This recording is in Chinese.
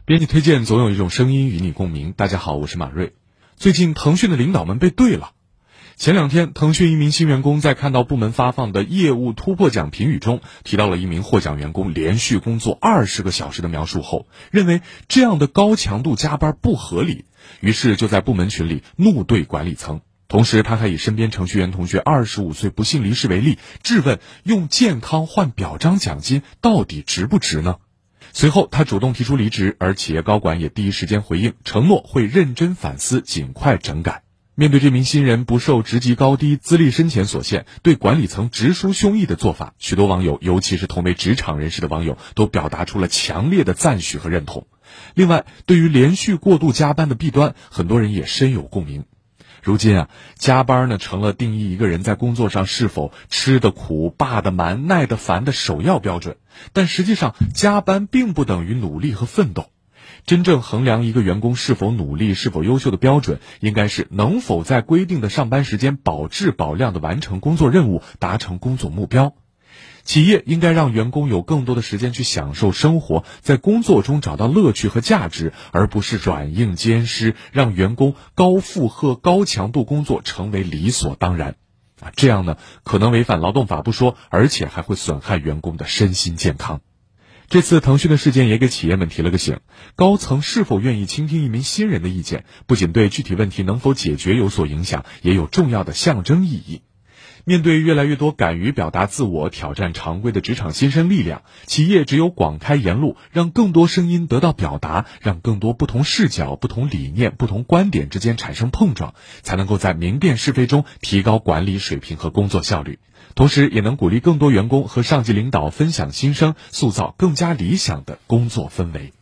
编辑推荐，总有一种声音与你共鸣。大家好，我是马瑞。最近腾讯的领导们被对了。前2天，腾讯一名新员工在看到部门发放的业务突破奖评语中提到了一名获奖员工连续工作20个小时的描述后，认为这样的高强度加班不合理，于是就在部门群里怒对管理层。同时他还以身边程序员同学25岁不幸离世为例，质问用健康换表彰奖金到底值不值呢？随后他主动提出离职，而企业高管也第一时间回应，承诺会认真反思，尽快整改。面对这名新人不受职级高低、资历深浅所限，对管理层直抒胸臆的做法，许多网友，尤其是同为职场人士的网友，都表达出了强烈的赞许和认同。另外，对于连续过度加班的弊端，很多人也深有共鸣。如今加班成了定义一个人在工作上是否吃得苦、霸得蛮、耐得烦的首要标准。但实际上，加班并不等于努力和奋斗。真正衡量一个员工是否努力、是否优秀的标准，应该是能否在规定的上班时间保质保量地完成工作任务，达成工作目标。企业应该让员工有更多的时间去享受生活，在工作中找到乐趣和价值，而不是软硬兼施，让员工高负荷、高强度工作成为理所当然。这样可能违反劳动法不说，而且还会损害员工的身心健康。这次腾讯的事件也给企业们提了个醒，高层是否愿意倾听一名新人的意见，不仅对具体问题能否解决有所影响，也有重要的象征意义。面对越来越多敢于表达自我、挑战常规的职场新生力量，企业只有广开言路，让更多声音得到表达，让更多不同视角、不同理念、不同观点之间产生碰撞，才能够在明辨是非中提高管理水平和工作效率，同时也能鼓励更多员工和上级领导分享心声，塑造更加理想的工作氛围。